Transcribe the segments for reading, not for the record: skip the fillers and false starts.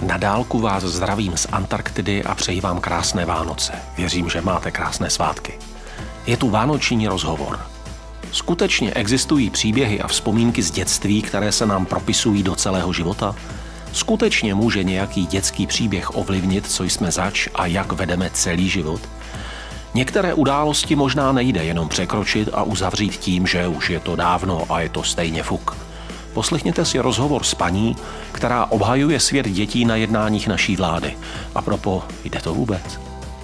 Na dálku vás zdravím z Antarktidy a přeji vám krásné Vánoce. Věřím, že máte krásné svátky. Je tu vánoční rozhovor. Skutečně existují příběhy a vzpomínky z dětství, které se nám propisují do celého života? Skutečně může nějaký dětský příběh ovlivnit, co jsme zač a jak vedeme celý život? Některé události možná nejde jenom překročit a uzavřít tím, že už je to dávno a je to stejně fuk. Poslechněte si rozhovor s paní, která obhajuje svět dětí na jednáních naší vlády. A propo, jde to vůbec?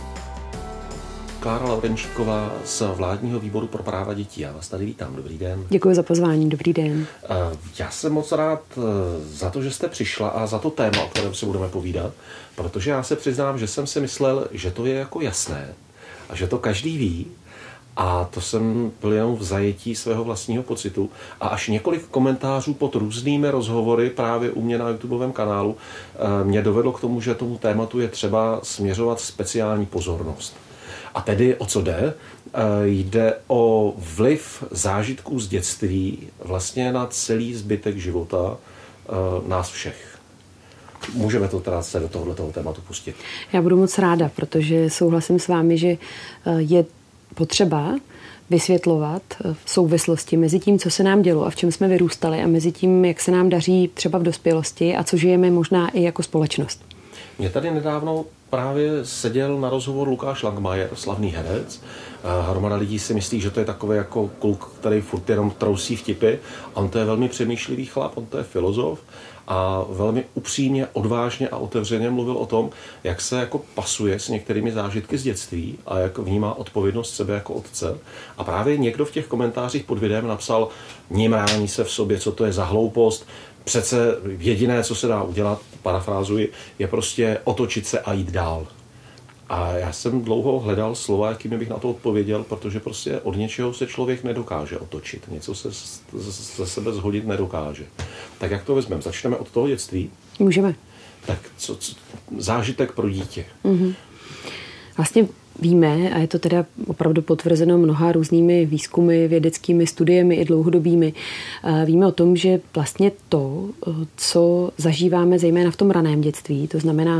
Klára Laurenčíková z vládního výboru pro práva dětí. Já vás tady vítám. Dobrý den. Děkuji za pozvání. Dobrý den. Já jsem moc rád za to, že jste přišla a za to téma, o kterém si budeme povídat, protože já se přiznám, že jsem si myslel, že to je jako jasné a že to každý ví. A to jsem byl jenom v zajetí svého vlastního pocitu. A až několik komentářů pod různými rozhovory právě u mě na YouTubeovém kanálu mě dovedlo k tomu, že tomu tématu je třeba směřovat speciální pozornost. A tedy o co jde? Jde o vliv zážitků z dětství vlastně na celý zbytek života nás všech. Můžeme to teda se do tohoto tématu pustit. Já budu moc ráda, protože souhlasím s vámi, že je potřeba vysvětlovat v souvislosti mezi tím, co se nám dělo a v čem jsme vyrůstali a mezi tím, jak se nám daří třeba v dospělosti a co žijeme možná i jako společnost. Mě tady nedávno právě seděl na rozhovor Lukáš Langmajer, slavný herec. Hromada lidí si myslí, že to je takový jako kluk, který furt jenom trousí vtipy. On to je velmi přemýšlivý chlap, on to je filozof a velmi upřímně, odvážně a otevřeně mluvil o tom, jak se jako pasuje s některými zážitky z dětství a jak vnímá odpovědnost sebe jako otce. A právě někdo v těch komentářích pod videem napsal: nímrání se v sobě, co to je za hloupost. Přece jediné, co se dá udělat, parafrázuji, je prostě otočit se a jít dál. A já jsem dlouho hledal slova, jakými bych na to odpověděl, protože prostě od něčeho se člověk nedokáže otočit. Něco se ze sebe zhodit nedokáže. Tak jak to vezmeme? Začneme od toho dětství? Můžeme. Tak zážitek pro dítě. Mm-hmm. Vlastně víme, a je to teda opravdu potvrzeno mnoha různými výzkumy, vědeckými studiemi i dlouhodobými, víme o tom, že vlastně to, co zažíváme zejména v tom raném dětství, to znamená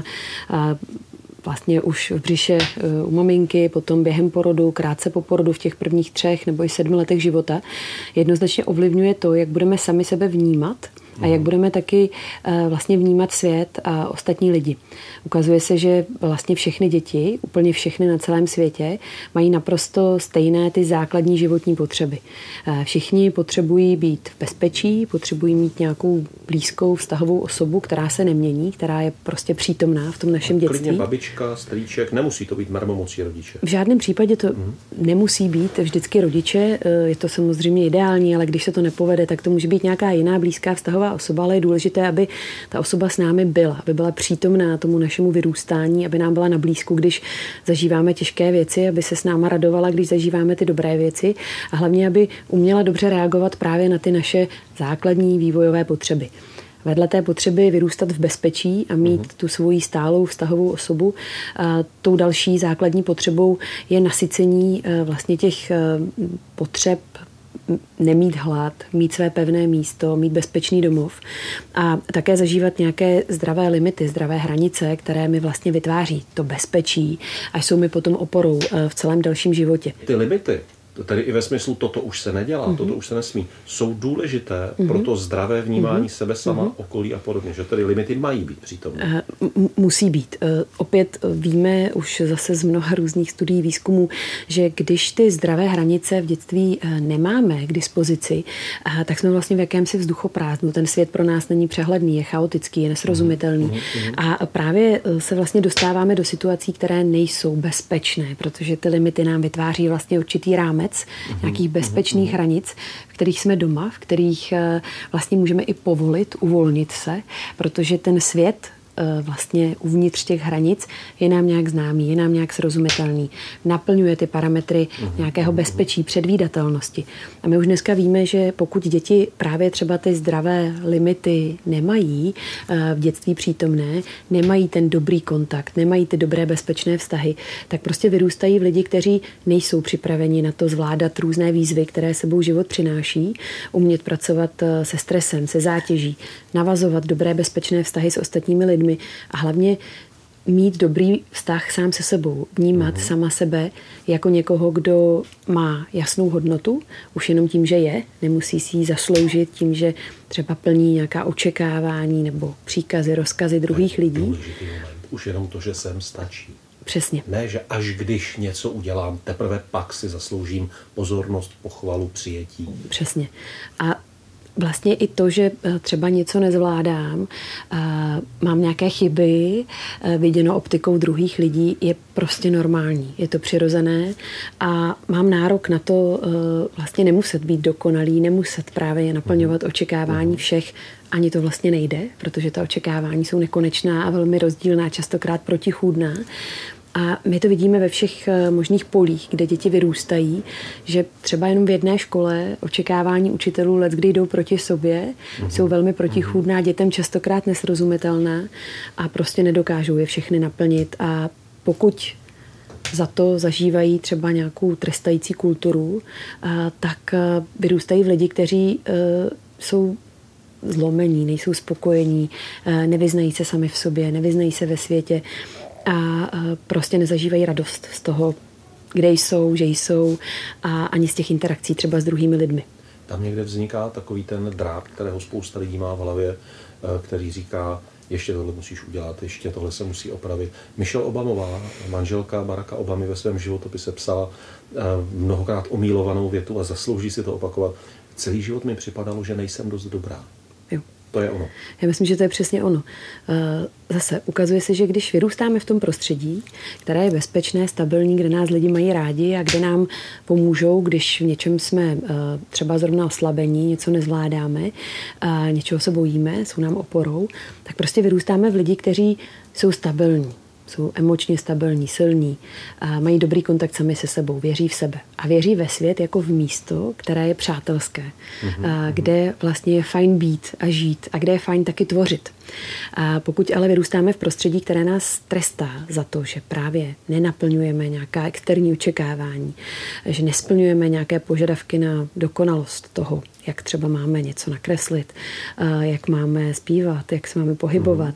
vlastně už v břiše u maminky, potom během porodu, krátce po porodu v těch prvních 3 nebo i 7 letech života, jednoznačně ovlivňuje to, jak budeme sami sebe vnímat a jak budeme taky vlastně vnímat svět a ostatní lidi. Ukazuje se, že vlastně všechny děti, úplně všechny na celém světě, mají naprosto stejné ty základní životní potřeby. Všichni potřebují být v bezpečí, potřebují mít nějakou blízkou vztahovou osobu, která se nemění, která je prostě přítomná v tom našem dětství. Klidně babička, strýček, nemusí to být marmomocí rodiče. V žádném případě to nemusí být vždycky rodiče, je to samozřejmě ideální, ale když se to nepovede, tak to může být nějaká jiná blízká vztahová osoba, ale je důležité, aby ta osoba s námi byla, aby byla přítomná tomu našemu vyrůstání, aby nám byla na blízku, když zažíváme těžké věci, aby se s náma radovala, když zažíváme ty dobré věci a hlavně, aby uměla dobře reagovat právě na ty naše základní vývojové potřeby. Vedle té potřeby vyrůstat v bezpečí a mít tu svoji stálou vztahovou osobu, tou další základní potřebou je nasycení vlastně těch potřeb, nemít hlad, mít své pevné místo, mít bezpečný domov a také zažívat nějaké zdravé limity, zdravé hranice, které mi vlastně vytváří to bezpečí a jsou mi potom oporou v celém dalším životě. Ty limity, tedy i ve smyslu toto už se nedělá, toto už se nesmí, jsou důležité pro to zdravé vnímání sebe sama, okolí a podobně, že tedy limity mají být přítomné. Musí být. Opět víme už zase z mnoha různých studií, výzkumů, že když ty zdravé hranice v dětství nemáme k dispozici, tak jsme vlastně v jakémsi vzduchoprázdnu. Ten svět pro nás není přehledný, je chaotický, je nesrozumitelný. A právě se vlastně dostáváme do situací, které nejsou bezpečné, protože ty limity nám vytváří vlastně určitý rámec nějakých bezpečných hranic, v kterých jsme doma, v kterých vlastně můžeme i povolit, uvolnit se, protože ten svět vlastně uvnitř těch hranic je nám nějak známý, je nám nějak srozumitelný, naplňuje ty parametry nějakého bezpečí, předvídatelnosti. A my už dneska víme, že pokud děti právě třeba ty zdravé limity nemají v dětství přítomné, nemají ten dobrý kontakt, nemají ty dobré bezpečné vztahy, tak prostě vyrůstají v lidi, kteří nejsou připraveni na to zvládat různé výzvy, které sebou život přináší, umět pracovat se stresem, se zátěží, navazovat dobré bezpečné vztahy s ostatními lidmi lidmi a hlavně mít dobrý vztah sám se sebou, vnímat sama sebe jako někoho, kdo má jasnou hodnotu, už jenom tím, že je, nemusí si ji zasloužit tím, že třeba plní nějaká očekávání nebo příkazy, rozkazy druhých lidí. Důležitý moment. Už jenom to, že jsem, stačí. Přesně. Ne, že až když něco udělám, teprve pak si zasloužím pozornost, pochvalu, přijetí. Přesně. A vlastně i to, že třeba něco nezvládám, mám nějaké chyby, viděno optikou druhých lidí, je prostě normální. Je to přirozené a mám nárok na to vlastně nemuset být dokonalý, nemuset právě naplňovat očekávání všech. Ani to vlastně nejde, protože ta očekávání jsou nekonečná a velmi rozdílná, častokrát protichůdná. A my to vidíme ve všech možných polích, kde děti vyrůstají, že třeba jenom v jedné škole očekávání učitelů leckdy jdou proti sobě, jsou velmi protichůdná, dětem častokrát nesrozumitelná a prostě nedokážou je všechny naplnit. A pokud za to zažívají třeba nějakou trestající kulturu, tak vyrůstají v lidi, kteří jsou zlomení, nejsou spokojení, nevyznají se sami v sobě, nevyznají se ve světě a prostě nezažívají radost z toho, kde jsou, že jsou a ani z těch interakcí třeba s druhými lidmi. Tam někde vzniká takový ten drát, kterého spousta lidí má v hlavě, který říká, ještě tohle musíš udělat, ještě tohle se musí opravit. Michelle Obamová, manželka Baracka Obamy, ve svém životopise psala mnohokrát omílovanou větu a zaslouží si to opakovat. Celý život mi připadalo, že nejsem dost dobrá. Jo. To je ono. Já myslím, že to je přesně ono. Zase ukazuje se, že když vyrůstáme v tom prostředí, které je bezpečné, stabilní, kde nás lidi mají rádi a kde nám pomůžou, když v něčem jsme třeba zrovna oslabení, něco nezvládáme, něčeho se bojíme, jsou nám oporou, tak prostě vyrůstáme v lidi, kteří jsou stabilní. Jsou emočně stabilní, silní, mají dobrý kontakt sami se sebou, věří v sebe a věří ve svět jako v místo, které je přátelské, kde vlastně je fajn být a žít a kde je fajn taky tvořit. A pokud ale vyrůstáme v prostředí, které nás trestá za to, že právě nenaplňujeme nějaká externí očekávání, že nesplňujeme nějaké požadavky na dokonalost toho, jak třeba máme něco nakreslit, jak máme zpívat, jak se máme pohybovat,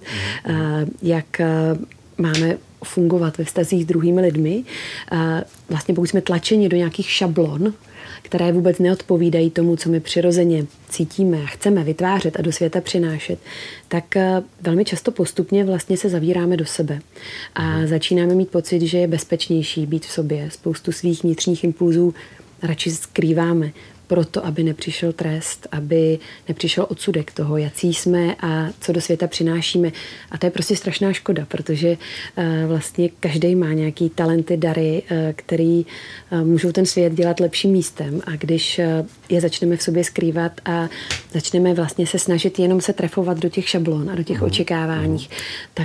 jak máme fungovat ve vztazích s druhými lidmi. Vlastně pokud jsme tlačeni do nějakých šablon, které vůbec neodpovídají tomu, co my přirozeně cítíme a chceme vytvářet a do světa přinášet, tak velmi často postupně vlastně se zavíráme do sebe. A začínáme mít pocit, že je bezpečnější být v sobě. Spoustu svých vnitřních impulzů radši skrýváme, proto, aby nepřišel trest, aby nepřišel odsudek toho, jací jsme a co do světa přinášíme. A to je prostě strašná škoda, protože vlastně každý má nějaký talenty, dary, který můžou ten svět dělat lepším místem. A když je začneme v sobě skrývat a začneme vlastně se snažit jenom se trefovat do těch šablon a do těch očekáváních, tak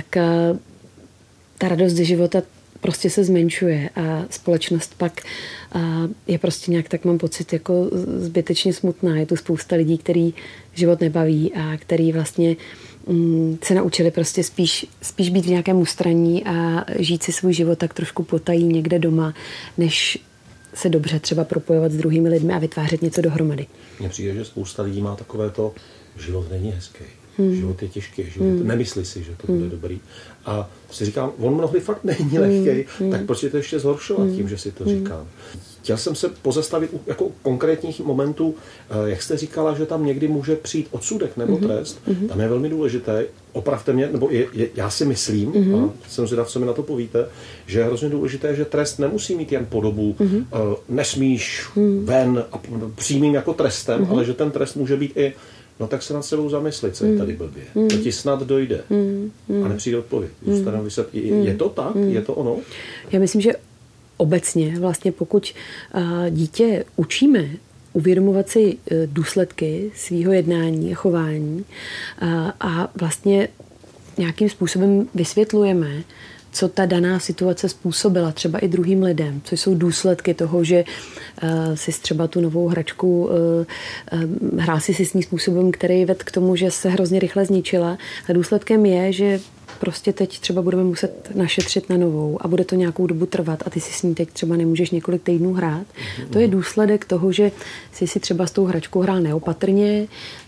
ta radost ze života prostě se zmenšuje a společnost pak je prostě nějak, tak mám pocit, jako zbytečně smutná. Je tu spousta lidí, který život nebaví a který vlastně se naučili prostě spíš být v nějakém ústraní a žít si svůj život tak trošku potají někde doma, než se dobře třeba propojovat s druhými lidmi a vytvářet něco dohromady. Mně přijde, že spousta lidí má takové to, život není hezký. Život je těžký, nemyslí si, že to bude dobrý. A si říkám, on mnohdy fakt není lehký, tak proč je to ještě zhoršovat tím, že si to říkám. Chtěl jsem se pozastavit u jako konkrétních momentů, jak jste říkala, že tam někdy může přijít odsudek nebo trest. Tam je velmi důležité, opravte mě, nebo já si myslím, a jsem zvědav, co mi na to povíte, že je hrozně důležité, že trest nemusí mít jen podobu nesmíš ven a přímým jako trestem, ale že ten trest může být i no tak se nad sebou zamyslit, co je tady blbě. To ti snad dojde. A nepřijde odpověď. Zůstane vyset. Je to tak? Je to ono? Já myslím, že obecně vlastně pokud dítě učíme uvědomovat si důsledky svého jednání a chování a vlastně nějakým způsobem vysvětlujeme, co ta daná situace způsobila třeba i druhým lidem, co jsou důsledky toho, že si třeba tu novou hračku hrál si s ní způsobem, který ved k tomu, že se hrozně rychle zničila. A důsledkem je, že prostě teď třeba budeme muset našetřit na novou a bude to nějakou dobu trvat a ty si s ní teď třeba nemůžeš několik týdnů hrát. To je důsledek toho, že jsi si třeba s tou hračkou hrál neopatrně,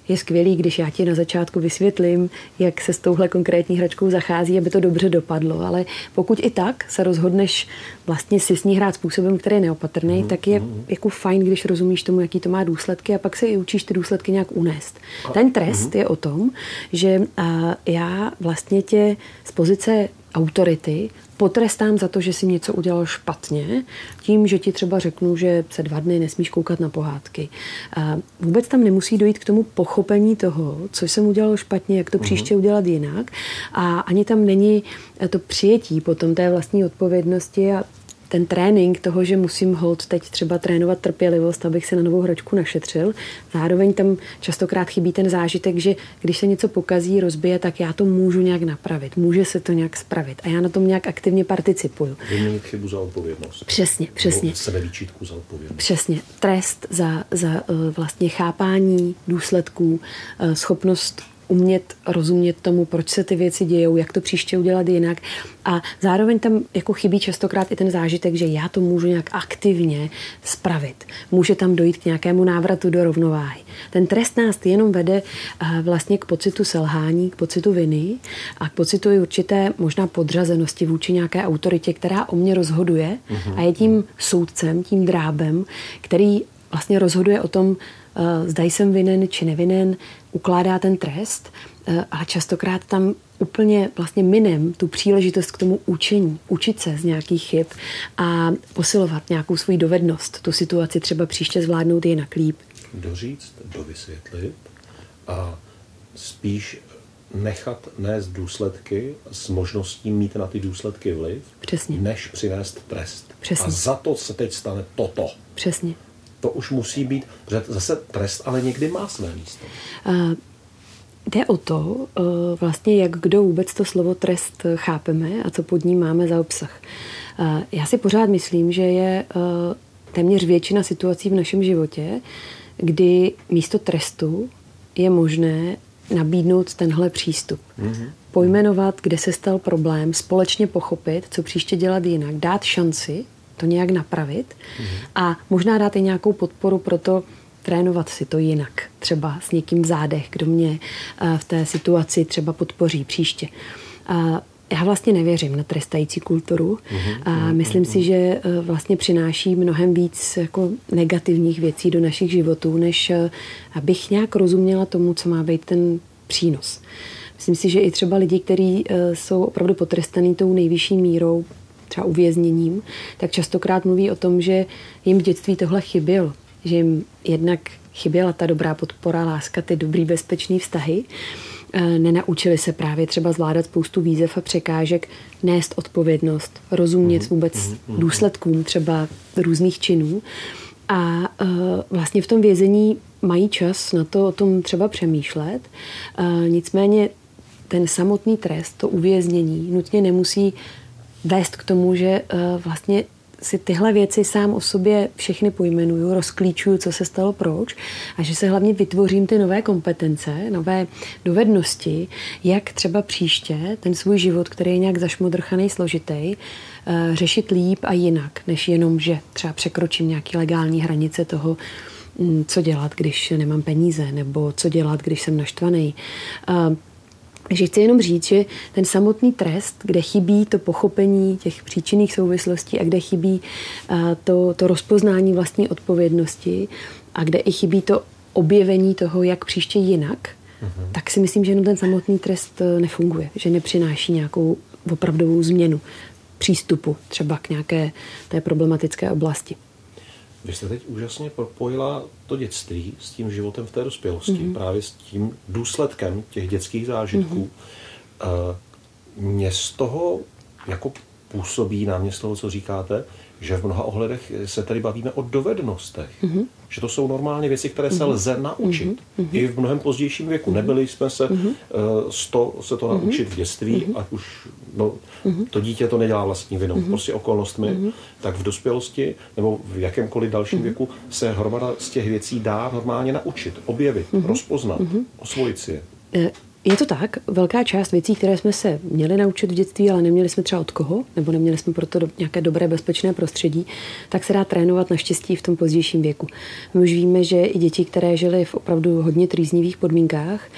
je skvělý, když já ti na začátku vysvětlím, jak se s touhle konkrétní hračkou zachází, aby to dobře dopadlo. Ale pokud i tak se rozhodneš vlastně si s ní hrát způsobem, který je neopatrný, tak je jako fajn, když rozumíš tomu, jaký to má důsledky a pak se i učíš ty důsledky nějak unést. Ten trest je o tom, že já vlastně tě z pozice autority potrestám za to, že jsi něco udělal špatně, tím, že ti třeba řeknu, že se 2 dny nesmíš koukat na pohádky. Vůbec tam nemusí dojít k tomu pochopení toho, co jsem udělal špatně, jak to příště udělat jinak. A ani tam není to přijetí potom té vlastní odpovědnosti a ten trénink toho, že musím holt teď třeba trénovat trpělivost, abych se na novou hračku našetřil. Zároveň tam častokrát chybí ten zážitek, že když se něco pokazí, rozbije, tak já to můžu nějak napravit. Může se to nějak spravit. A já na tom nějak aktivně participuju. Vyměnit chybu za odpovědnost. Přesně. Nebo sebevýčitku za odpovědnost. Přesně. Trest za vlastně chápání důsledků, schopnost umět rozumět tomu, proč se ty věci dějou, jak to příště udělat jinak. A zároveň tam jako chybí častokrát i ten zážitek, že já to můžu nějak aktivně spravit. Může tam dojít k nějakému návratu do rovnováhy. Ten trest nás jenom vede vlastně k pocitu selhání, k pocitu viny a k pocitu i určité možná podřazenosti vůči nějaké autoritě, která o mě rozhoduje a je tím soudcem, tím drábem, který vlastně rozhoduje o tom, zda jsem vinen či nevinen, ukládá ten trest, ale častokrát tam úplně vlastně minem tu příležitost k tomu učení, učit se z nějakých chyb a posilovat nějakou svoji dovednost, tu situaci třeba příště zvládnout jinak líp. Doříct, dovysvětlit a spíš nechat nést důsledky s možností mít na ty důsledky vliv, Přesně. než přinést trest. Přesně. A za to se teď stane toto. Přesně. To už musí být, že zase trest, ale někdy má své místo. Jde o to, vlastně jak kdo vůbec to slovo trest chápeme a co pod ním máme za obsah. Já si pořád myslím, že je téměř většina situací v našem životě, kdy místo trestu je možné nabídnout tenhle přístup. Pojmenovat, kde se stal problém, společně pochopit, co příště dělat jinak, dát šanci to nějak napravit a možná dát i nějakou podporu pro to trénovat si to jinak. Třeba s někým v zádech, kdo mě v té situaci třeba podpoří příště. Já vlastně nevěřím na trestající kulturu a myslím si, že vlastně přináší mnohem víc jako negativních věcí do našich životů, než abych nějak rozuměla tomu, co má být ten přínos. Myslím si, že i třeba lidi, kteří jsou opravdu potrestaný tou nejvyšší mírou, třeba uvězněním, tak častokrát mluví o tom, že jim v dětství tohle chybělo. Že jim jednak chyběla ta dobrá podpora, láska, ty dobrý bezpečný vztahy. Nenaučili se právě třeba zvládat spoustu výzev a překážek, nést odpovědnost, rozumět vůbec důsledkům třeba různých činů. A vlastně v tom vězení mají čas na to o tom třeba přemýšlet. Nicméně ten samotný trest, to uvěznění nutně nemusí vést k tomu, že vlastně si tyhle věci sám o sobě všechny pojmenuju, rozklíčuju, co se stalo, proč a že se hlavně vytvořím ty nové kompetence, nové dovednosti, jak třeba příště ten svůj život, který je nějak zašmodrchaný, složitý, řešit líp a jinak, než jenom, že třeba překročím nějaký legální hranice toho, co dělat, když nemám peníze, nebo co dělat, když jsem naštvaný. Takže chci jenom říct, že ten samotný trest, kde chybí to pochopení těch příčinných souvislostí a kde chybí to rozpoznání vlastní odpovědnosti a kde i chybí to objevení toho, jak příště jinak, tak si myslím, že jenom ten samotný trest nefunguje, že nepřináší nějakou opravdovou změnu přístupu třeba k nějaké té problematické oblasti. Vy jste teď úžasně propojila to dětství s tím životem v té dospělosti, právě s tím důsledkem těch dětských zážitků. Mně z toho jako působí na mě z toho, co říkáte, že v mnoha ohledech se tady bavíme o dovednostech. Že to jsou normálně věci, které se lze naučit. I v mnohem pozdějším věku. Nebyli jsme se 100 se to naučit v dětství, ať už to dítě to nedělá vlastní vinou, prostě okolnostmi, tak v dospělosti nebo v jakémkoliv dalším věku se hromada z těch věcí dá normálně naučit, objevit, rozpoznat, osvojit si je. Je to tak. Velká část věcí, které jsme se měli naučit v dětství, ale neměli jsme třeba od koho, nebo neměli jsme proto nějaké dobré bezpečné prostředí, tak se dá trénovat naštěstí v tom pozdějším věku. My už víme, že i děti, které žily v opravdu hodně trýznivých podmínkách,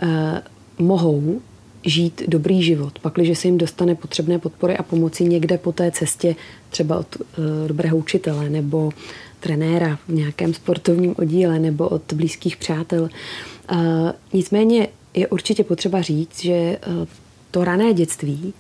mohou žít dobrý život, pakliže se jim dostane potřebné podpory a pomoci někde po té cestě, třeba od dobrého učitele nebo trenéra v nějakém sportovním oddíle nebo od blízkých přátel. Nicméně je určitě potřeba říct, že to rané dětství,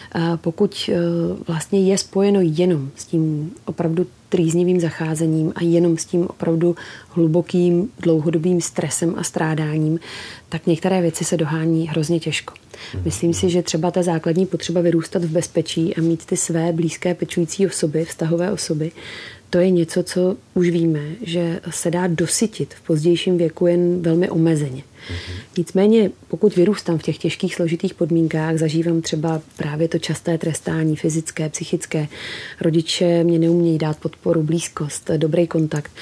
pokud vlastně je spojeno jenom s tím opravdu trýznivým zacházením a jenom s tím opravdu hlubokým dlouhodobým stresem a strádáním, tak některé věci se dohání hrozně těžko. Myslím si, že třeba ta základní potřeba vyrůstat v bezpečí a mít ty své blízké pečující osoby, vztahové osoby, to je něco, co už víme, že se dá dosytit v pozdějším věku jen velmi omezeně. Nicméně, pokud vyrůstám v těch těžkých, složitých podmínkách, zažívám třeba právě to časté trestání fyzické, psychické, rodiče mě neumějí dát podporu, blízkost, dobrý kontakt.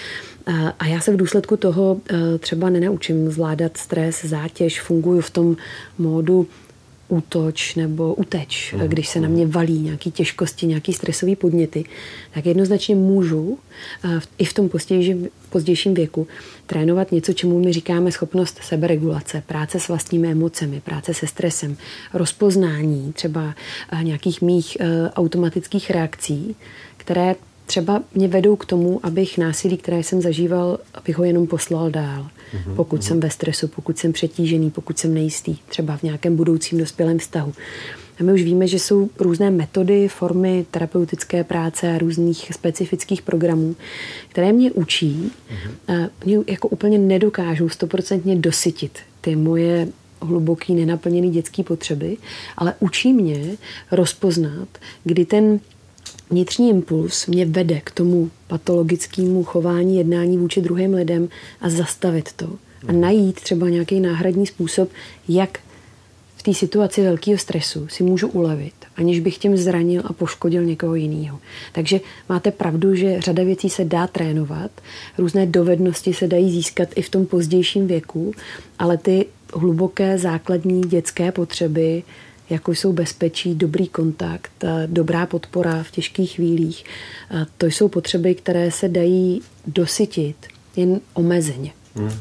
A já se v důsledku toho třeba nenaučím zvládat stres, zátěž, funguju v tom módu útoč nebo uteč, když se na mě valí nějaké těžkosti, nějaké stresové podněty, tak jednoznačně můžu i v tom pozdějším věku trénovat něco, čemu my říkáme schopnost seberegulace, práce s vlastními emocemi, práce se stresem, rozpoznání třeba nějakých mých automatických reakcí, které třeba mě vedou k tomu, abych násilí, které jsem zažíval, abych ho jenom poslal dál. Pokud jsem ve stresu, pokud jsem přetížený, pokud jsem nejistý, třeba v nějakém budoucím dospělém vztahu. A my už víme, že jsou různé metody, formy terapeutické práce a různých specifických programů, které mě učí, mě jako úplně nedokážou 100% dosytit ty moje hluboký, nenaplněný dětské potřeby, ale učí mě rozpoznat, kdy ten vnitřní impuls mě vede k tomu patologickému chování, jednání vůči druhým lidem a zastavit to. A najít třeba nějaký náhradní způsob, jak v té situaci velkého stresu si můžu ulevit, aniž bych tím zranil a poškodil někoho jiného. Takže máte pravdu, že řada věcí se dá trénovat, různé dovednosti se dají získat i v tom pozdějším věku, ale ty hluboké základní dětské potřeby, jako jsou bezpečí, dobrý kontakt, dobrá podpora v těžkých chvílích. To jsou potřeby, které se dají dosytit jen omezeně.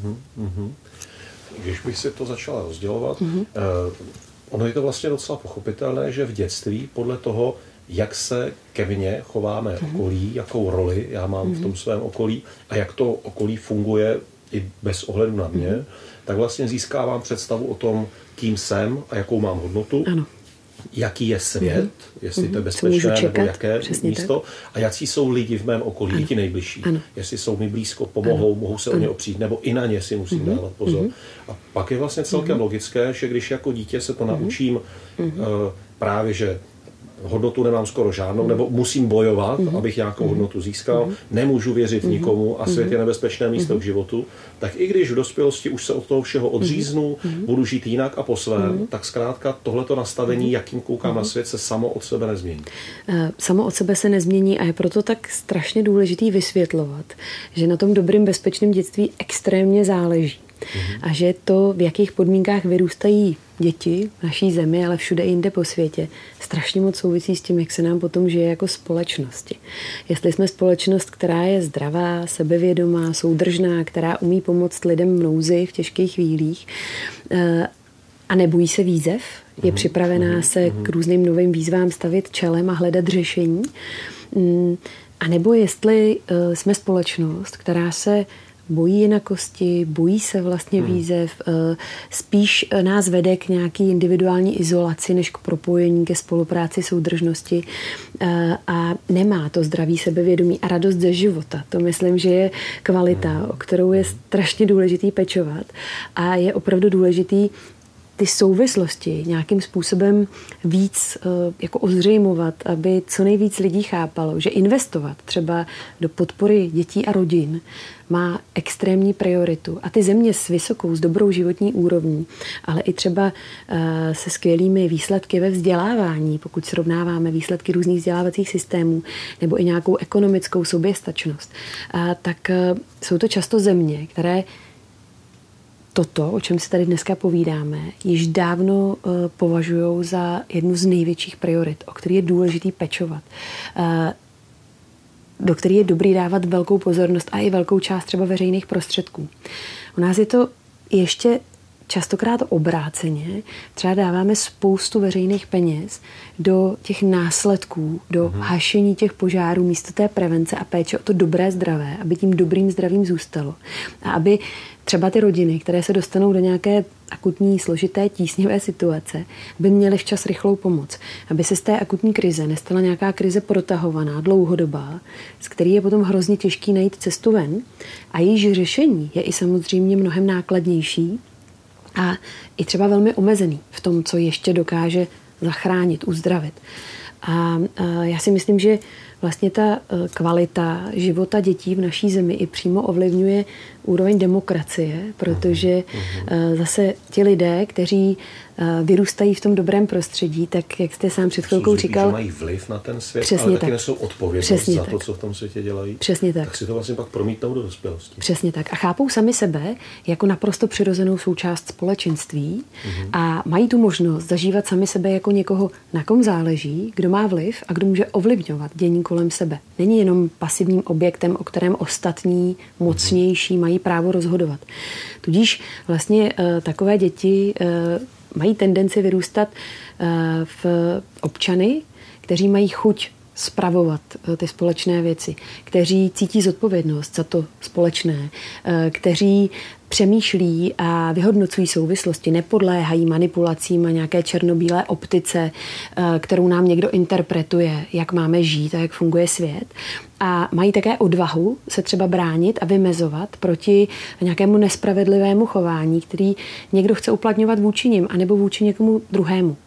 Když bych si to začala rozdělovat, ono je to vlastně docela pochopitelné, že v dětství podle toho, jak se ke mně chováme okolí, jakou roli já mám v tom svém okolí a jak to okolí funguje i bez ohledu na mě, tak vlastně získávám představu o tom, kým jsem a jakou mám hodnotu, jaký je svět, jestli to je bezpečné nebo jaké místo a jaký jsou lidi v mém okolí, ti nejbližší. Jestli jsou mi blízko, pomohou, mohu se o ně opřít, nebo i na ně si musím dávat pozor. A pak je vlastně celkem logické, že když jako dítě se to naučím právě, že hodnotu nemám skoro žádnou, nebo musím bojovat, abych nějakou hodnotu získal, nemůžu věřit nikomu a svět je nebezpečné místo k životu, tak i když v dospělosti už se od toho všeho odříznu, budu žít jinak a po svém, tak zkrátka tohleto nastavení, jakým koukám na svět, se samo od sebe nezmění. Samo od sebe se nezmění a je proto tak strašně důležitý vysvětlovat, že na tom dobrým bezpečném dětství extrémně záleží. A že to, v jakých podmínkách vyrůstají děti v naší zemi, ale všude jinde po světě, strašně moc souvisí s tím, jak se nám potom žije jako společnosti. Jestli jsme společnost, která je zdravá, sebevědomá, soudržná, která umí pomoct lidem v nouzi v těžkých chvílích a nebojí se výzev, je připravená se k různým novým výzvám stavit čelem a hledat řešení, a nebo jestli jsme společnost, která se bojí jinakosti, bojí se vlastně výzev, spíš nás vede k nějaký individuální izolaci, než k propojení, ke spolupráci, soudržnosti a nemá to zdravý sebevědomí a radost ze života. To myslím, že je kvalita, o kterou je strašně důležitý pečovat a je opravdu důležitý ty souvislosti nějakým způsobem víc jako ozřejmovat, aby co nejvíc lidí chápalo, že investovat třeba do podpory dětí a rodin má extrémní prioritu. A ty země s vysokou, s dobrou životní úrovní, ale i třeba se skvělými výsledky ve vzdělávání, pokud srovnáváme výsledky různých vzdělávacích systémů, nebo i nějakou ekonomickou soběstačnost, tak jsou to často země, které toto, o čem si tady dneska povídáme, již dávno považují za jednu z největších priorit, o který je důležitý pečovat, do který je dobrý dávat velkou pozornost a i velkou část třeba veřejných prostředků. U nás je to ještě častokrát obráceně. Třeba dáváme spoustu veřejných peněz do těch následků, do hašení těch požárů místo té prevence a péče o to dobré zdravé, aby tím dobrým zdravím zůstalo. A aby třeba ty rodiny, které se dostanou do nějaké akutní, složité, tísnivé situace, by měly včas rychlou pomoc. Aby se z té akutní krize nestala nějaká krize protahovaná, dlouhodobá, z který je potom hrozně těžký najít cestu ven. A jejíž řešení je i samozřejmě mnohem nákladnější a i třeba velmi omezený v tom, co ještě dokáže zachránit, uzdravit. A já si myslím, že vlastně ta kvalita života dětí v naší zemi i přímo ovlivňuje úroveň demokracie, protože zase ti lidé, kteří vyrůstají v tom dobrém prostředí, tak jak jste sám před chvilkou říkal, že mají vliv na ten svět, přesně ale taky tak. nesou odpovědnost Přesně za tak. to, co v tom světě dělají. Přesně tak. Tak si to vlastně pak promítnou do dospělosti. Přesně tak. A chápou sami sebe jako naprosto přirozenou součást společenství a mají tu možnost zažívat sami sebe jako někoho, na kom záleží, kdo má vliv a kdo může ovlivňovat dění kolem sebe. Není jenom pasivním objektem, o kterém ostatní mocnější mají právo rozhodovat. Tudíž vlastně takové děti mají tendenci vyrůstat v občany, kteří mají chuť spravovat ty společné věci, kteří cítí zodpovědnost za to společné, kteří přemýšlí a vyhodnocují souvislosti, nepodléhají manipulacím a nějaké černobílé optice, kterou nám někdo interpretuje, jak máme žít a jak funguje svět. A mají také odvahu se třeba bránit a vymezovat proti nějakému nespravedlivému chování, který někdo chce uplatňovat vůči nim anebo vůči někomu druhému.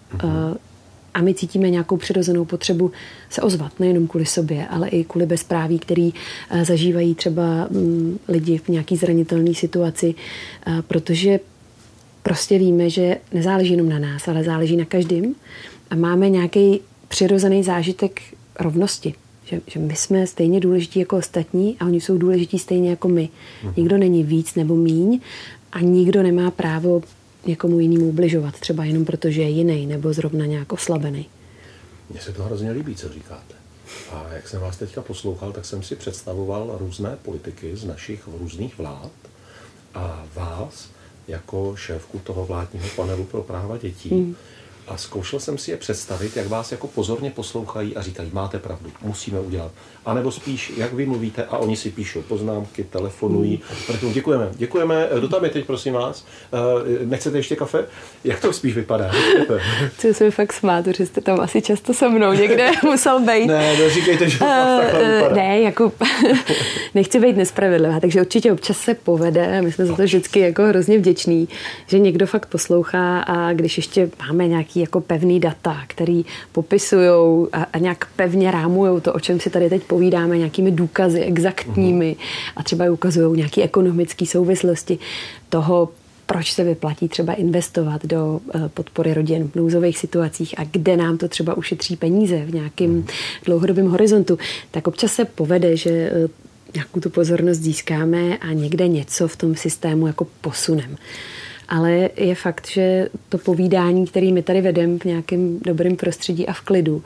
A my cítíme nějakou přirozenou potřebu se ozvat, nejenom kvůli sobě, ale i kvůli bezpráví, který zažívají třeba lidi v nějaký zranitelné situaci, protože prostě víme, že nezáleží jenom na nás, ale záleží na každém a máme nějaký přirozený zážitek rovnosti. Že my jsme stejně důležití jako ostatní a oni jsou důležití stejně jako my. Nikdo není víc nebo míň a nikdo nemá právo někomu jinému ubližovat, třeba jenom protože je jiný nebo zrovna nějak oslabený. Mně se to hrozně líbí, co říkáte. A jak jsem vás teďka poslouchal, tak jsem si představoval různé politiky z našich různých vlád a vás jako šéfku toho vládního panelu pro práva dětí. A zkoušel jsem si je představit, jak vás jako pozorně poslouchají a říkají, máte pravdu, musíme udělat. A nebo spíš, jak vy mluvíte a oni si píšou poznámky, telefonují. Děkujeme. Kdo tam je teď, prosím vás? Nechcete ještě kafe? Jak to spíš vypadá? Chci se mi fakt smát, že jste tam asi často se mnou někde musel být. Ne, neříkejte, že to takhle vypadá. Ne, jako nechci být nespravedlivá, takže určitě občas se povede. My jsme za to vždycky jako hrozně vděční, že někdo fakt poslouchá a když ještě máme nějaký jako pevný data, který popisují a nějak pevně rámujou to, o čem si tady teď povídáme, nějakými důkazy exaktními a třeba ukazují nějaké ekonomické souvislosti toho, proč se vyplatí třeba investovat do podpory rodin v nouzových situacích a kde nám to třeba ušetří peníze v nějakém dlouhodobém horizontu, tak občas se povede, že nějakou tu pozornost získáme a někde něco v tom systému jako posuneme. Ale je fakt, že to povídání, které my tady vedeme v nějakém dobrém prostředí a v klidu,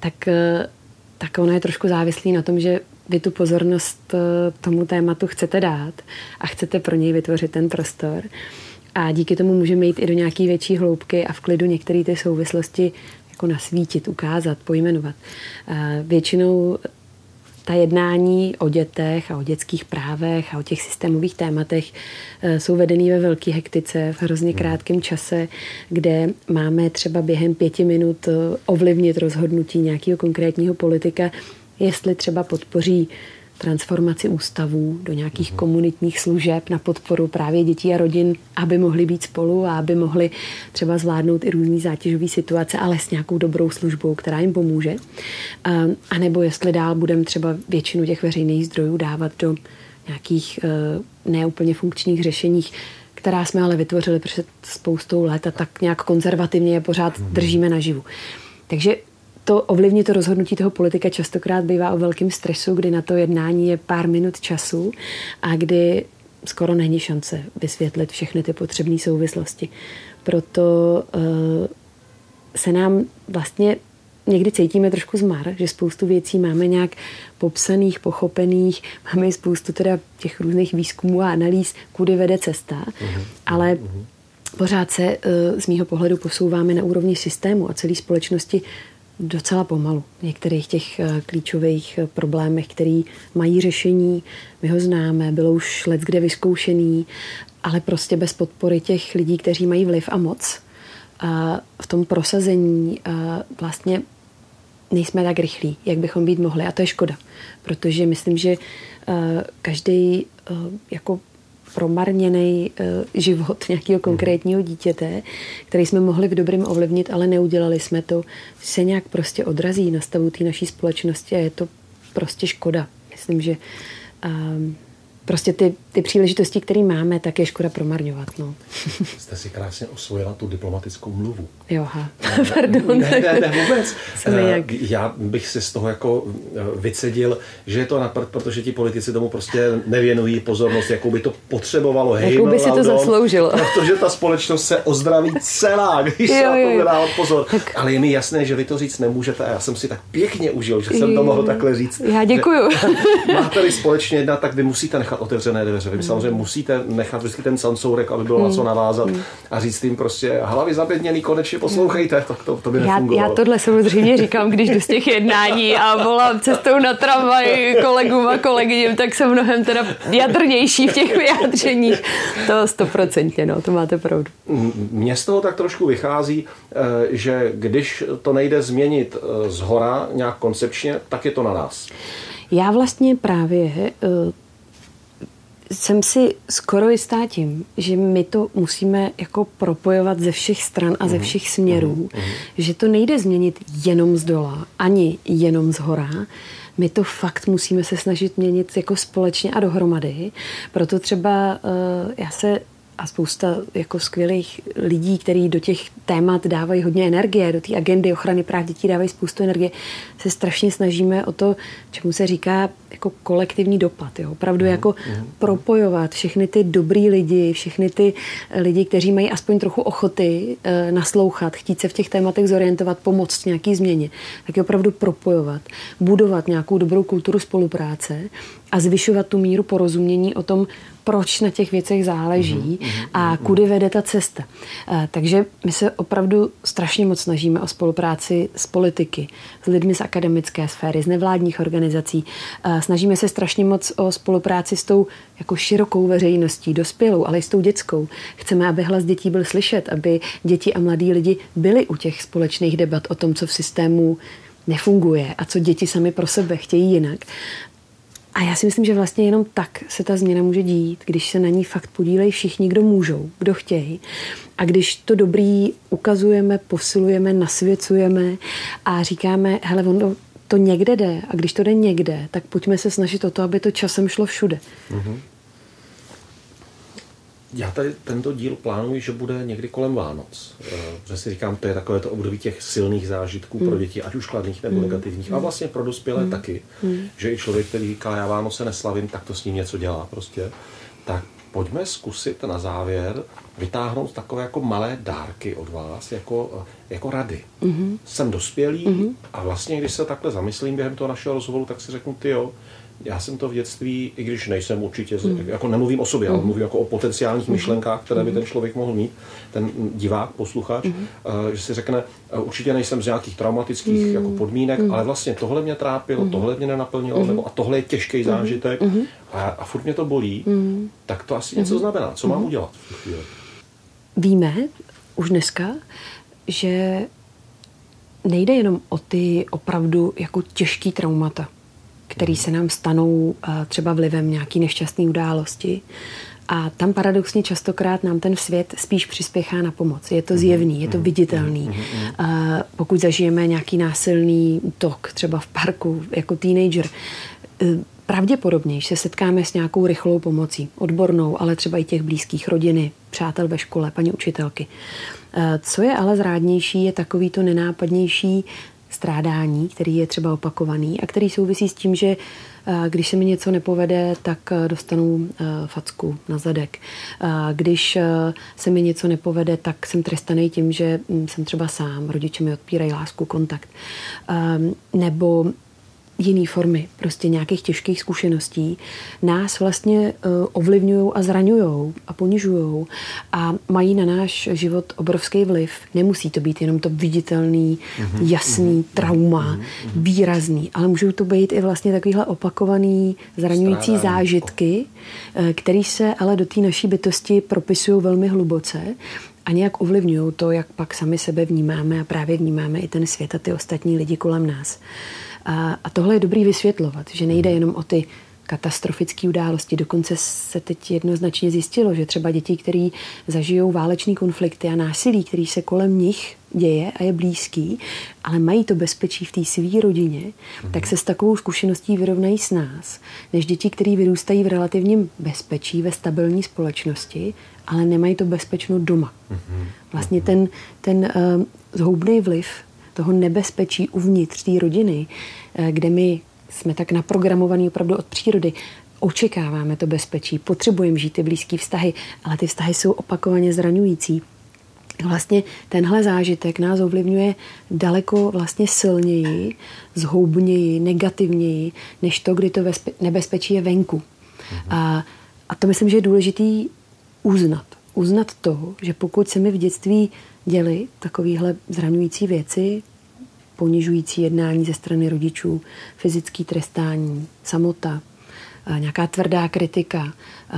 tak ono je trošku závislý na tom, že vy tu pozornost tomu tématu chcete dát a chcete pro něj vytvořit ten prostor. A díky tomu můžeme jít i do nějaké větší hloubky a v klidu některé ty souvislosti jako nasvítit, ukázat, pojmenovat. Většinou ta jednání o dětech a o dětských právech a o těch systémových tématech jsou vedený ve velké hektice v hrozně krátkém čase, kde máme třeba během 5 minut ovlivnit rozhodnutí nějakého konkrétního politika, jestli třeba podpoří transformaci ústavů do nějakých komunitních služeb na podporu právě dětí a rodin, aby mohli být spolu a aby mohli třeba zvládnout i různý zátěžový situace, ale s nějakou dobrou službou, která jim pomůže. A nebo jestli dál budeme třeba většinu těch veřejných zdrojů dávat do nějakých neúplně funkčních řešeních, která jsme ale vytvořili před spoustou let a tak nějak konzervativně je pořád držíme naživu. Takže to ovlivnit to rozhodnutí toho politika častokrát bývá o velkém stresu, kdy na to jednání je pár minut času a kdy skoro není šance vysvětlit všechny ty potřebné souvislosti. Proto se nám vlastně někdy cítíme trošku zmar, že spoustu věcí máme nějak popsaných, pochopených, máme i spoustu teda těch různých výzkumů a analýz, kudy vede cesta, ale pořád se z mýho pohledu posouváme na úrovni systému a celé společnosti docela pomalu. V některých těch klíčových problémech, který mají řešení, my ho známe, bylo už leckde vyzkoušený, ale prostě bez podpory těch lidí, kteří mají vliv a moc a v tom prosazení vlastně nejsme tak rychlí, jak bychom být mohli. A to je škoda, protože myslím, že každý jako promarněný život nějakého konkrétního dítěte, který jsme mohli v dobrém ovlivnit, ale neudělali jsme to, se nějak prostě odrazí na stavu té naší společnosti a je to prostě škoda. Myslím, že prostě ty příležitosti, které máme, tak je škoda promarňovat. No. Jste si krásně osvojila tu diplomatickou mluvu. Joha, pardon. Ne, vůbec. Já bych si z toho jako vycedil, že je to napřed, protože ti politici tomu prostě nevěnují pozornost, jakou by to potřebovalo. Jakou by si to zasloužilo. Protože ta společnost se ozdraví celá, když se na to dávat pozor. Tak. Ale je mi jasné, že vy to říct nemůžete a já jsem si tak pěkně užil, že jsem to mohl takhle říct. Já děkuju. Máte-li společně jednat, tak vy musíte nechat otevřené dveře. Vy samozřejmě musíte nechat vždycky ten sancourek, aby bylo na co navázat a říct jim prostě hlavy zabědněný, konečně poslouchejte, to by nefungovalo. Já tohle samozřejmě říkám, když jdu z těch jednání a volám cestou na tramvaj kolegům a kolegyním, tak jsem mnohem teda jadrnější v těch vyjádřeních. To 100%, no, to máte pravdu. Mně z toho tak trošku vychází, že když to nejde změnit zhora nějak koncepčně, tak je to na nás. Já vlastně právě jsem si skoro jistá tím, že my to musíme jako propojovat ze všech stran a ze všech směrů, že to nejde změnit jenom z dola, ani jenom z hora. My to fakt musíme se snažit měnit jako společně a dohromady. Proto třeba já se a spousta jako skvělých lidí, kteří do těch témat dávají hodně energie, do té agendy ochrany práv dětí dávají spoustu energie, se strašně snažíme o to, čemu se říká jako kolektivní dopad. Jo? Opravdu jako propojovat všechny ty dobrý lidi, všechny ty lidi, kteří mají aspoň trochu ochoty naslouchat, chtít se v těch tématech zorientovat, pomoct nějaký změně, tak je opravdu propojovat, budovat nějakou dobrou kulturu spolupráce a zvyšovat tu míru porozumění o tom, proč na těch věcech záleží a kudy vede ta cesta. Takže my se opravdu strašně moc snažíme o spolupráci s politiky, s lidmi z akademické sféry, z nevládních organizací. Snažíme se strašně moc o spolupráci s tou jako širokou veřejností, dospělou, ale i s tou dětskou. Chceme, aby hlas dětí byl slyšet, aby děti a mladí lidi byli u těch společných debat o tom, co v systému nefunguje a co děti sami pro sebe chtějí jinak. A já si myslím, že vlastně jenom tak se ta změna může dít, když se na ní fakt podílejí všichni, kdo můžou, kdo chtějí. A když to dobrý ukazujeme, posilujeme, nasvěcujeme a říkáme, hele, ono to někde jde a když to jde někde, tak pojďme se snažit o to, aby to časem šlo všude. Já tady tento díl plánuji, že bude někdy kolem Vánoc. Že si říkám, to je takové to období těch silných zážitků pro děti, ať už kladných nebo negativních. A vlastně pro dospělé taky. Že i člověk, který říká, já Vánoce neslavím, tak to s ním něco dělá prostě. Tak pojďme zkusit na závěr vytáhnout takové jako malé dárky od vás, jako rady. Jsem dospělý a vlastně, když se takhle zamyslím během toho našeho rozhovoru, tak si řeknu, tyjo, já jsem to v dětství, i když nejsem určitě, jako nemluvím o sobě, ale mluvím jako o potenciálních myšlenkách, které by ten člověk mohl mít, ten divák, posluchač, že si řekne, určitě nejsem z nějakých traumatických jako podmínek, ale vlastně tohle mě trápilo, tohle mě nenaplnilo, nebo a tohle je těžký zážitek a furt mě to bolí, tak to asi něco znamená. Co mám udělat v tu chvíli? Víme už dneska, že nejde jenom o ty opravdu jako těžký traumata, který se nám stanou třeba vlivem nějaký nešťastné události. A tam paradoxně častokrát nám ten svět spíš přispěchá na pomoc. Je to zjevný, je to viditelný. Pokud zažijeme nějaký násilný útok, třeba v parku, jako teenager, pravděpodobně se setkáme s nějakou rychlou pomocí, odbornou, ale třeba i těch blízkých, rodiny, přátel ve škole, paní učitelky. Co je ale zrádnější, je takový to nenápadnější, strádání, který je třeba opakovaný a který souvisí s tím, že když se mi něco nepovede, tak dostanu facku na zadek. Když se mi něco nepovede, tak jsem trestaný tím, že jsem třeba sám, rodiče mi odpírají lásku, kontakt. Nebo jiný formy, prostě nějakých těžkých zkušeností, nás vlastně ovlivňují a zraňují a ponižují a mají na náš život obrovský vliv. Nemusí to být jenom to viditelný, jasný trauma, výrazný, ale můžou to být i vlastně takovýhle opakovaný, zraňující zážitky, které se ale do té naší bytosti propisují velmi hluboce a nějak ovlivňují to, jak pak sami sebe vnímáme a právě vnímáme i ten svět a ty ostatní lidi kolem nás. A tohle je dobrý vysvětlovat, že nejde jenom o ty katastrofické události. Dokonce se teď jednoznačně zjistilo, že třeba děti, které zažijou válečný konflikty a násilí, který se kolem nich děje a je blízký, ale mají to bezpečí v té své rodině, tak se s takovou zkušeností vyrovnají s nás, než děti, které vyrůstají v relativním bezpečí, ve stabilní společnosti, ale nemají to bezpečno doma. Vlastně ten zhoubný vliv toho nebezpečí uvnitř té rodiny, kde my jsme tak naprogramovaní opravdu od přírody, očekáváme to bezpečí, potřebujeme žít ty blízké vztahy, ale ty vztahy jsou opakovaně zraňující. Vlastně tenhle zážitek nás ovlivňuje daleko vlastně silněji, zhoubněji, negativněji, než to, kdy to nebezpečí je venku. A to myslím, že je důležitý uznat. Uznat to, že pokud se mi v dětství děly takovéhle zraňující věci, ponižující jednání ze strany rodičů, fyzické trestání, samota, nějaká tvrdá kritika,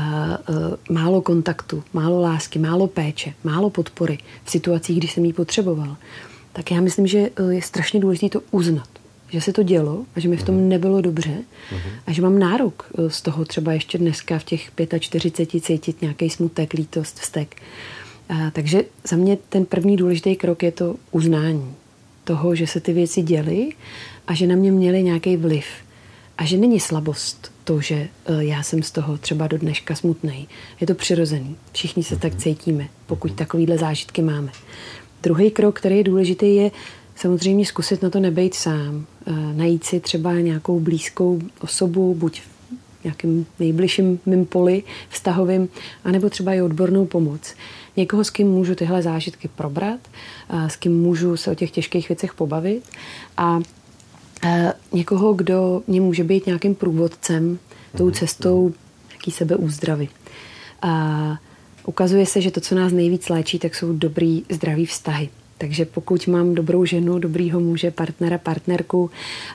málo kontaktu, málo lásky, málo péče, málo podpory v situacích, kdy jsem ji potřeboval, tak já myslím, že je strašně důležité to uznat, že se to dělo a že mi v tom nebylo dobře a že mám nárok z toho třeba ještě dneska v těch 45 cítit nějaký smutek, lítost, vztek. Takže za mě ten první důležitý krok je to uznání toho, že se ty věci děly a že na mě měly nějaký vliv. A že není slabost to, že já jsem z toho třeba do dneška smutnej. Je to přirozený. Všichni se tak cítíme, pokud takovýhle zážitky máme. Druhý krok, který je důležitý, je samozřejmě zkusit na to nebejt sám. Najít si třeba nějakou blízkou osobu, buď v nějakém nejbližším mým poli vztahovým, anebo třeba i odbornou pomoc. Někoho, s kým můžu tyhle zážitky probrat, s kým můžu se o těch těžkých věcech pobavit a někoho, kdo mě může být nějakým průvodcem tou cestou nějaký sebeúzdravy. Ukazuje se, že to, co nás nejvíc léčí, tak jsou dobrý, zdravý vztahy. Takže pokud mám dobrou ženu, dobrýho muže, partnera, partnerku,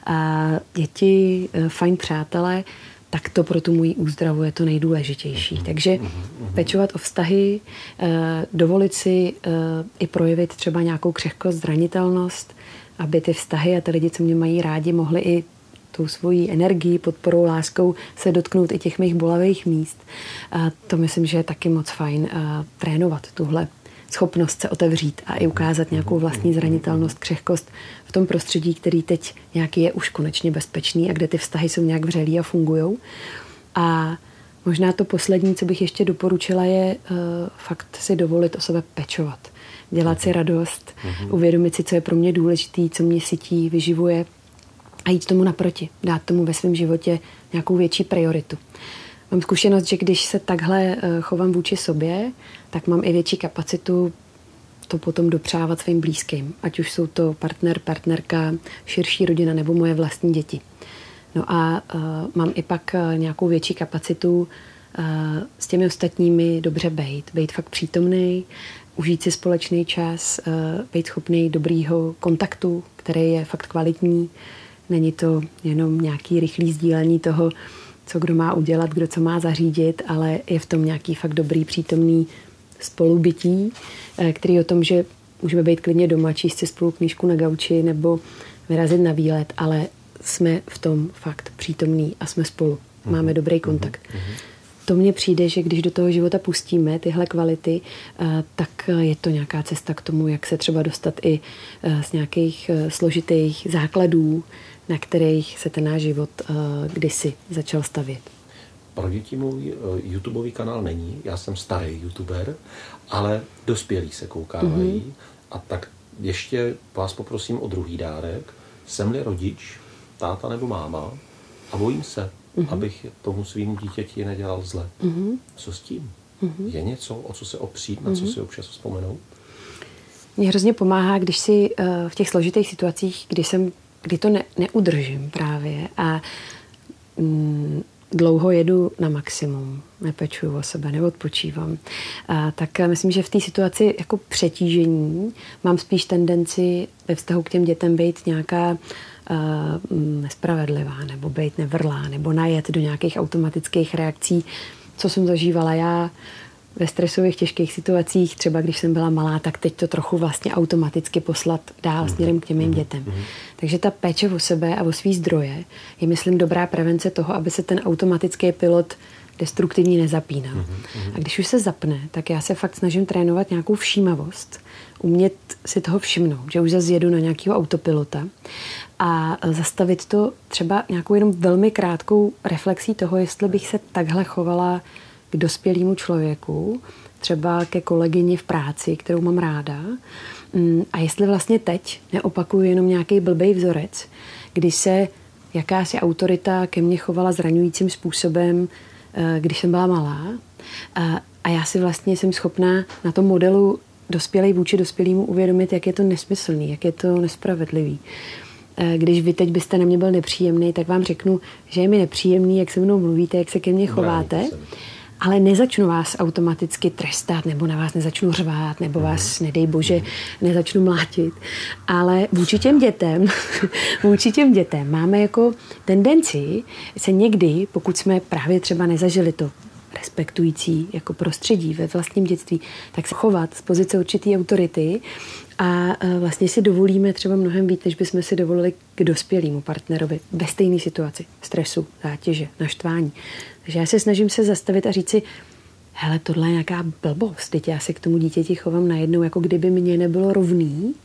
děti, fajn přátelé, tak to pro tu moji úzdravu je to nejdůležitější. Takže pečovat o vztahy, dovolit si i projevit třeba nějakou křehkost, zranitelnost, aby ty vztahy a ty lidi, co mě mají rádi, mohli i tou svojí energií, podporou, láskou se dotknout i těch mých bolavých míst. A to myslím, že je taky moc fajn trénovat tuhle schopnost se otevřít a i ukázat nějakou vlastní zranitelnost, křehkost v tom prostředí, který teď nějaký je už konečně bezpečný a kde ty vztahy jsou nějak vřelý a fungujou. A možná to poslední, co bych ještě doporučila, je fakt si dovolit o sebe pečovat. Dělat si radost, uvědomit si, co je pro mě důležitý, co mě sytí, vyživuje a jít tomu naproti. Dát tomu ve svém životě nějakou větší prioritu. Mám zkušenost, že když se takhle chovám vůči sobě, tak mám i větší kapacitu to potom dopřávat svým blízkým. Ať už jsou to partner, partnerka, širší rodina nebo moje vlastní děti. No a mám i pak nějakou větší kapacitu s těmi ostatními dobře bejt fakt přítomnej, užít si společný čas, být schopný dobrýho kontaktu, který je fakt kvalitní. Není to jenom nějaký rychlý sdílení toho, co kdo má udělat, kdo co má zařídit, ale je v tom nějaký fakt dobrý, přítomný spolubytí, který o tom, že můžeme být klidně doma, číst si spolu knížku na gauči nebo vyrazit na výlet, ale jsme v tom fakt přítomný a jsme spolu. Máme dobrý kontakt. To mně přijde, že když do toho života pustíme tyhle kvality, tak je to nějaká cesta k tomu, jak se třeba dostat i z nějakých složitých základů, na kterých se ten náš život kdysi začal stavět. Pro děti můj YouTubeový kanál není, já jsem starý YouTuber, ale dospělí se koukávají. A tak ještě vás poprosím o druhý dárek. Jsem-li rodič, táta nebo máma a bojím se, abych tomu svýmu dítěti nedělal zle. Co s tím? Je něco, o co se opřít, na co si občas vzpomenout? Mně hrozně pomáhá, když si v těch složitých situacích, kdy to neudržím právě a dlouho jedu na maximum, nepečuju o sebe, neodpočívám, tak myslím, že v té situaci jako přetížení mám spíš tendenci ve vztahu k těm dětem být nějaká nespravedlivá, nebo být nevrlá, nebo najet do nějakých automatických reakcí, co jsem zažívala já ve stresových těžkých situacích, třeba když jsem byla malá, tak teď to trochu vlastně automaticky poslat dál směrem k těm mým dětem. Takže ta péče o sebe a o svý zdroje je, myslím, dobrá prevence toho, aby se ten automatický pilot destruktivní nezapínal. A když už se zapne, tak já se fakt snažím trénovat nějakou všímavost, umět si toho všimnout, že už zase jedu na nějakého autopilota a zastavit to třeba nějakou jenom velmi krátkou reflexí toho, jestli bych se takhle chovala k dospělému člověku, třeba ke kolegyni v práci, kterou mám ráda. A jestli vlastně teď neopakuju jenom nějaký blbej vzorec, kdy se jakási autorita ke mně chovala zraňujícím způsobem, když jsem byla malá. A já si vlastně jsem schopná na tom modelu dospělej vůči dospělému uvědomit, jak je to nesmyslný, jak je to nespravedlivý. Když vy teď byste na mě byl nepříjemný, tak vám řeknu, že je mi nepříjemný, jak se mnou mluvíte, jak se ke mně chováte. Ale nezačnu vás automaticky trestat, nebo na vás nezačnu řvát, nebo vás, nedej bože, nezačnu mlátit. Ale vůči těm dětem máme jako tendenci se někdy, pokud jsme právě třeba nezažili to respektující jako prostředí ve vlastním dětství, tak se chovat z pozice určitý autority a vlastně si dovolíme třeba mnohem víc, než bychom si dovolili k dospělému partnerovi ve stejné situaci, stresu, zátěže, naštvání. Takže já se snažím se zastavit a říct si, hele, tohle je nějaká blbost, teď já se k tomu dítěti chovám najednou, jako kdyby mě nebylo rovný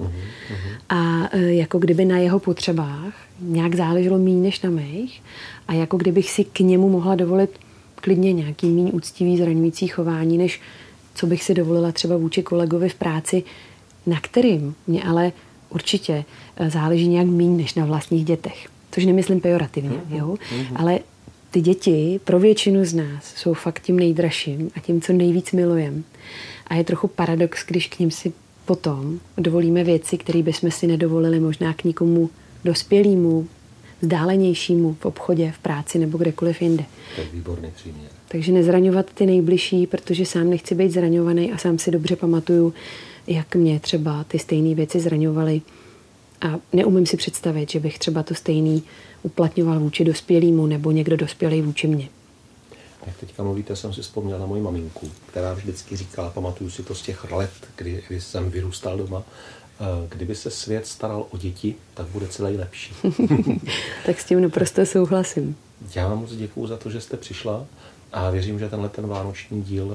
a jako kdyby na jeho potřebách nějak záleželo míň než na mých a jako kdybych si k němu mohla dovolit klidně nějaký míň úctivý, zraňující chování, než co bych si dovolila třeba vůči kolegovi v práci, na kterým mě ale určitě záleží nějak míň než na vlastních dětech. Což nemyslím pejorativně, jo? Ale ty děti pro většinu z nás jsou fakt tím nejdražším a tím, co nejvíc milujem. A je trochu paradox, když k ním si potom dovolíme věci, které bychom si nedovolili možná k nikomu dospělému, vzdálenějšímu v obchodě, v práci nebo kdekoliv jinde. To je výborný příměr. Takže nezraňovat ty nejbližší, protože sám nechci být zraňovaný a sám si dobře pamatuju, jak mě třeba ty stejné věci zraňovaly. A neumím si představit, že bych třeba to stejný uplatňoval vůči dospělému nebo někdo dospělý vůči mně. Jak teďka mluvíte, jsem si vzpomněl na moji maminku, která vždycky říkala, pamatuju si to z těch let, kdy jsem vyrůstal doma, kdyby se svět staral o děti, tak bude celý lepší. Tak s tím naprosto souhlasím. Já vám moc děkuju za to, že jste přišla a věřím, že ten vánoční díl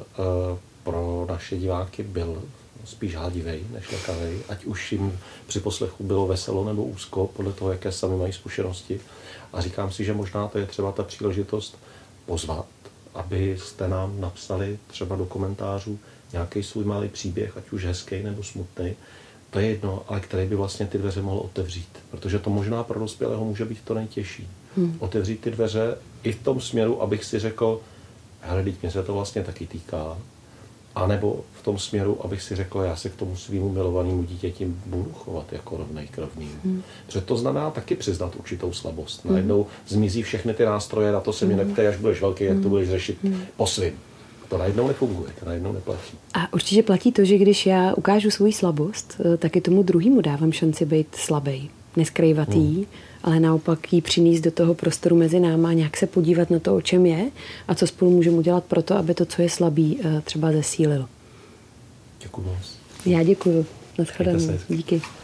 pro naše diváky byl spíš hladivej než lekavej, ať už jim při poslechu bylo veselo nebo úzko, podle toho, jaké sami mají zkušenosti. A říkám si, že možná to je třeba ta příležitost pozvat, abyste nám napsali třeba do komentářů nějaký svůj malý příběh, ať už hezký nebo smutný. To je jedno, ale který by vlastně ty dveře mohl otevřít. Protože to možná pro dospělého může být to nejtěžší. Otevřít ty dveře i v tom směru, abych si řekl, hele, teď mě se to vlastně taky týká. A nebo v tom směru, abych si řekl, já se k tomu svýmu milovanému dítěti budu chovat jako rovnej k rovným. Protože to znamená taky přiznat určitou slabost. Najednou zmizí všechny ty nástroje, na to se mě neptej, až budeš velký, jak to budeš řešit po svým. To najednou nefunguje, to najednou neplatí. A určitě platí to, že když já ukážu svou slabost, taky tomu druhému dávám šanci být slabý, neskrývat jí, ale naopak jí přinést do toho prostoru mezi náma, nějak se podívat na to, o čem je a co spolu můžeme udělat pro to, aby to, co je slabý, třeba zesílilo. Děkuju moc. Já děkuju. Nashledanou. Díky.